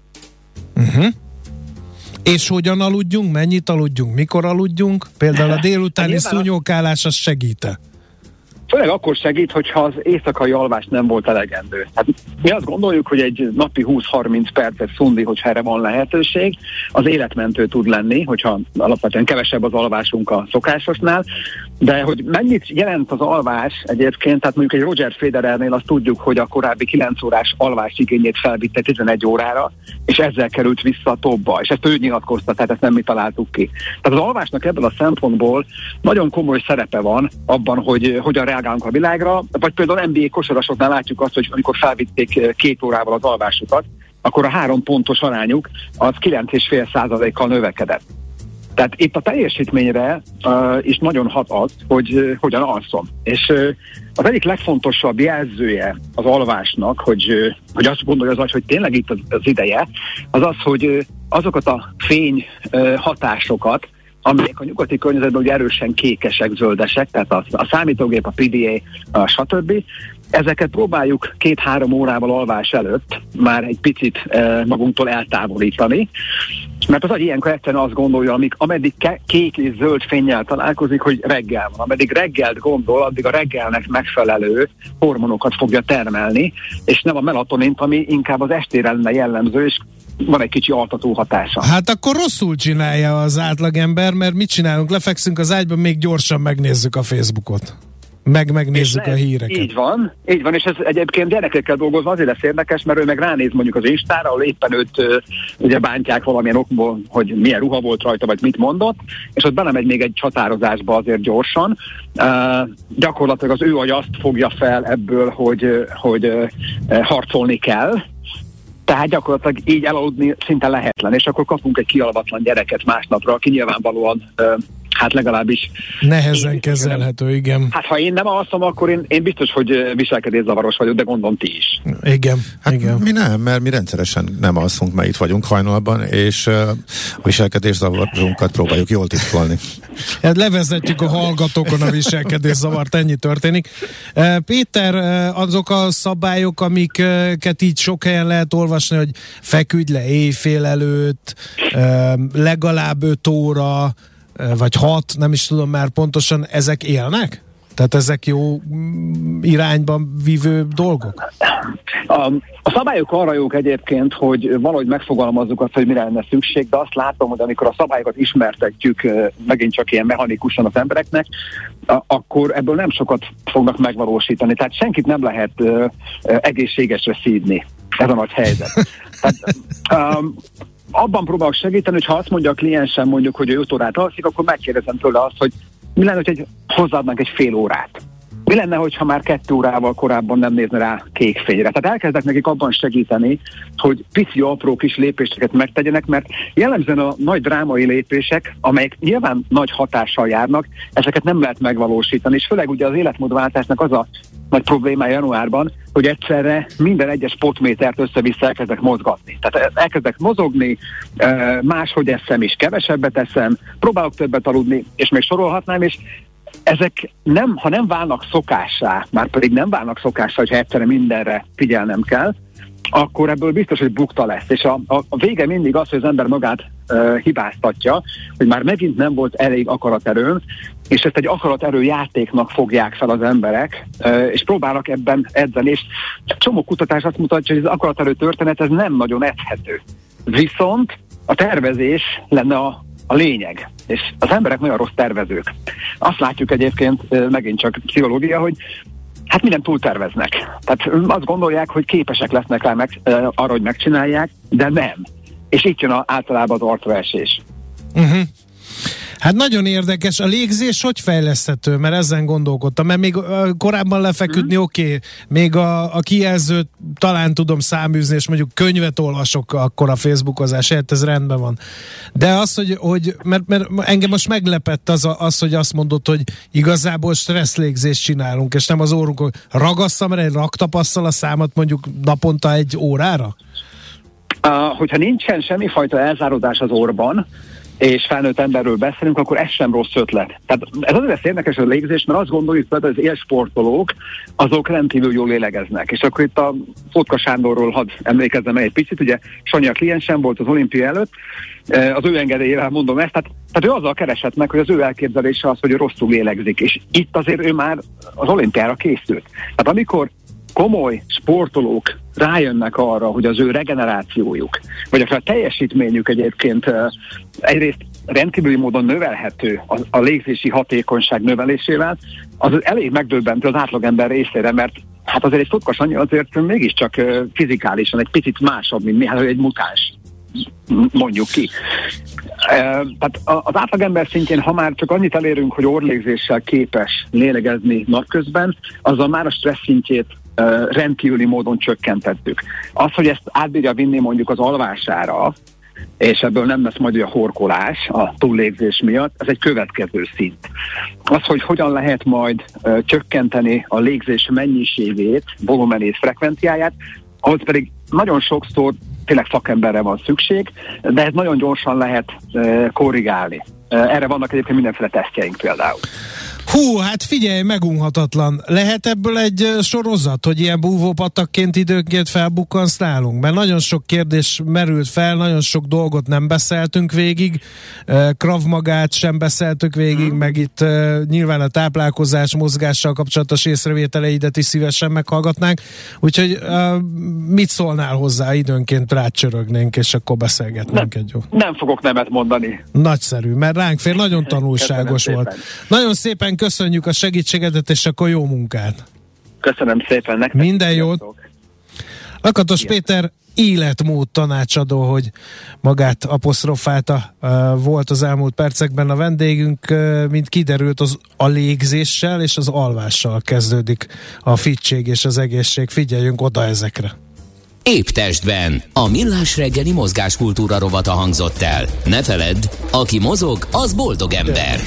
[SPEAKER 3] És hogyan aludjunk? Mennyit aludjunk? Mikor aludjunk? Például a délutáni szúnyókálás az segít-e?
[SPEAKER 7] Főleg akkor segít, hogyha az éjszakai alvás nem volt elegendő. Hát mi azt gondoljuk, hogy egy napi 20-30 perces szundi, hogyha erre van lehetőség, az életmentő tud lenni, hogyha alapvetően kevesebb az alvásunk a szokásosnál, de hogy mennyit jelent az alvás egyébként, tehát mondjuk egy Roger Federernél azt tudjuk, hogy a korábbi 9 órás alvásigényét felvitte 11 órára, és ezzel került vissza a topba, és ezt ő nyilatkozta, tehát ezt nem mi találtuk ki. Tehát az alvásnak ebből a szempontból nagyon komoly szerepe van abban, hogy hogyan reagálunk a világra, vagy például NBA kosarasoknál látjuk azt, hogy amikor felvitték 2 órával az alvásukat, akkor a 3 pontos arányuk az 9,5%-kal növekedett. Tehát itt a teljesítményre is nagyon hat az, hogy hogyan alszom. És az egyik legfontosabb jelzője az alvásnak, hogy azt gondolja az agy, hogy tényleg itt az ideje, az az, hogy azokat a fény hatásokat, amelyek a nyugati környezetben ugye erősen kékesek, zöldesek, tehát a számítógép, a PDA, stb. Ezeket próbáljuk 2-3 órával alvás előtt már egy picit magunktól eltávolítani, mert az agy ilyenkor egyszerűen azt gondolja, ameddig kék és zöld fénnyel találkozik, hogy reggel van. Ameddig reggelt gondol, addig a reggelnek megfelelő hormonokat fogja termelni, és nem a melatonint, ami inkább az estére lenne jellemző, és van egy kicsi altató hatása.
[SPEAKER 3] Hát akkor rosszul csinálja az átlagember, mert mit csinálunk? Lefekszünk az ágyban, még gyorsan megnézzük a Facebookot. Megnézzük a híreket.
[SPEAKER 7] Így van, és ez egyébként gyerekekkel dolgozva azért lesz érdekes, mert ő meg ránéz mondjuk az Instára, ahol éppen őt ugye bántják valamilyen okból, hogy milyen ruha volt rajta, vagy mit mondott, és ott belemegy még egy csatározásba azért gyorsan. Gyakorlatilag az ő agy azt fogja fel ebből, hogy harcolni kell, tehát gyakorlatilag így elaludni szinte lehetlen, és akkor kapunk egy kialvatlan gyereket másnapra, aki nyilvánvalóan hát legalábbis...
[SPEAKER 3] Nehezen kezelhető, igen.
[SPEAKER 7] Hát ha én nem alszom, akkor én biztos, hogy viselkedészavaros vagyok, de gondolom ti is.
[SPEAKER 3] Igen,
[SPEAKER 6] hát
[SPEAKER 3] igen.
[SPEAKER 6] Mi nem, mert mi rendszeresen nem alszunk, mert itt vagyunk hajnalban, és a viselkedészavarunkat próbáljuk jól titkolni.
[SPEAKER 3] Hát levezetjük a hallgatókon a viselkedészavart, ennyi történik. Péter, azok a szabályok, amiket így sok helyen lehet olvasni, hogy feküdj le éjfél előtt, legalább 5 óra, vagy 6, nem is tudom már pontosan, ezek élnek? Tehát ezek jó irányban vívő dolgok?
[SPEAKER 7] A szabályok arra jók egyébként, hogy valahogy megfogalmazzuk azt, hogy mire lenne szükség, de azt látom, hogy amikor a szabályokat ismertetjük megint csak ilyen mechanikusan az embereknek, akkor ebből nem sokat fognak megvalósítani. Tehát senkit nem lehet egészségesre szídni. Ez a nagy helyzet. Tehát, abban próbálok segíteni, hogy ha azt mondja a kliensem mondjuk, hogy ő 5 órát alszik, akkor megkérdezem tőle azt, hogy mi lenne, hogy hozzáadnánk egy fél órát. Mi lenne, hogyha már 2 órával korábban nem nézne rá kék fényre? Tehát elkezdek nekik abban segíteni, hogy pici, apró kis lépéseket megtegyenek, mert jellemzően a nagy drámai lépések, amelyek nyilván nagy hatással járnak, ezeket nem lehet megvalósítani, és főleg ugye az életmódváltásnak az a nagy problémája januárban, hogy egyszerre minden egyes potmétert össze-vissza elkezdek mozgatni. Tehát elkezdek mozogni, máshogy eszem is, kevesebbet eszem, próbálok többet aludni, és még sorolhatnám, és ezek ha nem válnak szokássá, már pedig nem válnak szokássá, hogyha egyszerre mindenre figyelnem kell, akkor ebből biztos, hogy bukta lesz. És a vége mindig az, hogy az ember magát hibáztatja, hogy már megint nem volt elég akaraterőm, és ezt egy akaraterő játéknak fogják fel az emberek, és próbálnak ebben edzeni, és csomó kutatás azt mutatja, hogy az akaraterő történet ez nem nagyon edzhető. Viszont a tervezés lenne a lényeg, és az emberek nagyon rossz tervezők. Azt látjuk egyébként, megint csak pszichológia, hogy hát minden túlterveznek. Tehát azt gondolják, hogy képesek lesznek rá arra, hogy megcsinálják, de nem. És itt jön általában az arcraesés.
[SPEAKER 3] Hát nagyon érdekes. A légzés hogy fejleszthető? Mert ezen gondolkodtam. Mert még korábban lefeküdni oké. Még a kijelzőt talán tudom száműzni, és mondjuk könyvet olvasok akkor a Facebookozás, ez rendben van. De az, hogy mert engem most meglepett az, hogy azt mondod, hogy igazából stresszlégzést csinálunk, és nem az órunk, ragasszam rá egy raktapasszal a számat mondjuk naponta 1 órára?
[SPEAKER 7] Hogyha nincsen semmifajta elzárodás az orrban, és felnőtt emberről beszélünk, akkor ez sem rossz ötlet. Tehát ez azért lesz érdekes a légzés, mert azt gondoljuk, hogy az élsportolók, azok rendkívül jól lélegeznek. És akkor itt a Fotka Sándorról hadd emlékezzem egy picit, ugye Sanyi a kliensem volt az olimpia előtt, az ő engedélyével mondom ezt, tehát ő azzal keresett meg, hogy az ő elképzelése az, hogy ő rosszul lélegzik, és itt azért ő már az olimpiára készült. Tehát amikor komoly sportolók rájönnek arra, hogy az ő regenerációjuk, vagy akár a teljesítményük egyébként egyrészt rendkívüli módon növelhető a légzési hatékonyság növelésével, az elég megdöbbentő az átlagember részére, mert hát azért egy Fotka Sanyi azért mégiscsak fizikálisan egy picit másabb, mint néha egy mutáns, mondjuk ki. Tehát az átlagember szintjén, ha már csak annyit elérünk, hogy orrlégzéssel képes lélegezni napközben, azzal már a stressz szintjét rendkívüli módon csökkentettük. Az, hogy ezt átbírja vinni mondjuk az alvására, és ebből nem lesz majd a horkolás a túllégzés miatt, ez egy következő szint. Az, hogy hogyan lehet majd csökkenteni a légzés mennyiségét, volumenét, frekvenciáját, ahhoz pedig nagyon sokszor tényleg szakemberre van szükség, de ez nagyon gyorsan lehet korrigálni. Erre vannak egyébként mindenféle tesztjeink például.
[SPEAKER 3] Hú, hát figyelj, megunhatatlan. Lehet ebből egy sorozat, hogy ilyen búvópatakként időnként felbukkansz nálunk? Mert nagyon sok kérdés merült fel, nagyon sok dolgot nem beszéltünk végig, Krav Magát sem beszéltük végig, meg itt nyilván a táplálkozás, mozgással kapcsolatos észrevételeidet is szívesen meghallgatnánk. Úgyhogy mit szólnál hozzá, időnként rácsörögnénk, és akkor beszélgetnénk egy jó.
[SPEAKER 7] Nem fogok nemet mondani.
[SPEAKER 3] Nagyszerű, mert ránk fér, nagyon tanulságos volt. Nagyon szépen köszönjük a segítségedet, és akkor jó munkát!
[SPEAKER 7] Köszönöm szépen nektek!
[SPEAKER 3] Minden jót! Lakatos Péter életmód tanácsadó, hogy magát apostrofálta, volt az elmúlt percekben a vendégünk, mint kiderült, a légzéssel és az alvással kezdődik a fittség és az egészség. Figyeljünk oda ezekre!
[SPEAKER 1] Épp testben. A Millás reggeli mozgáskultúra rovata hangzott el. Ne feledd, aki mozog, az boldog ember.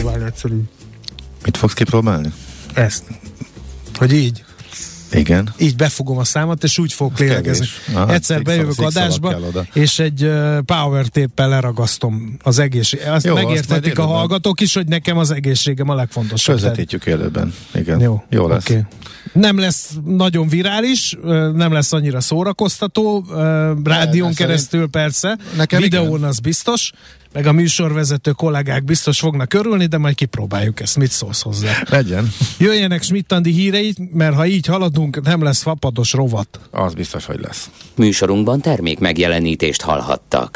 [SPEAKER 6] Mit fogsz kipróbálni?
[SPEAKER 3] Ezt. Hogy így?
[SPEAKER 6] Igen.
[SPEAKER 3] Így befogom a számat, és úgy fogok lélegezni. Egyszer bejövök adásba, és egy power tape-pel leragasztom az egészséget. Azt megértetik a hallgatók is, hogy nekem az egészségem a legfontosabb.
[SPEAKER 6] Közvetítjük élőben. Igen. Jó lesz. Okay.
[SPEAKER 3] Nem lesz nagyon virális, nem lesz annyira szórakoztató, rádión keresztül persze, videón az biztos, meg a műsorvezető kollégák biztos fognak örülni, de majd kipróbáljuk ezt. Mit szólsz hozzá?
[SPEAKER 6] Legyen.
[SPEAKER 3] Jöjjenek Schmidt-Andi híreit, mert ha így haladunk, nem lesz fapados rovat.
[SPEAKER 6] Az biztos, hogy lesz.
[SPEAKER 1] Műsorunkban termék megjelenítést hallhattak.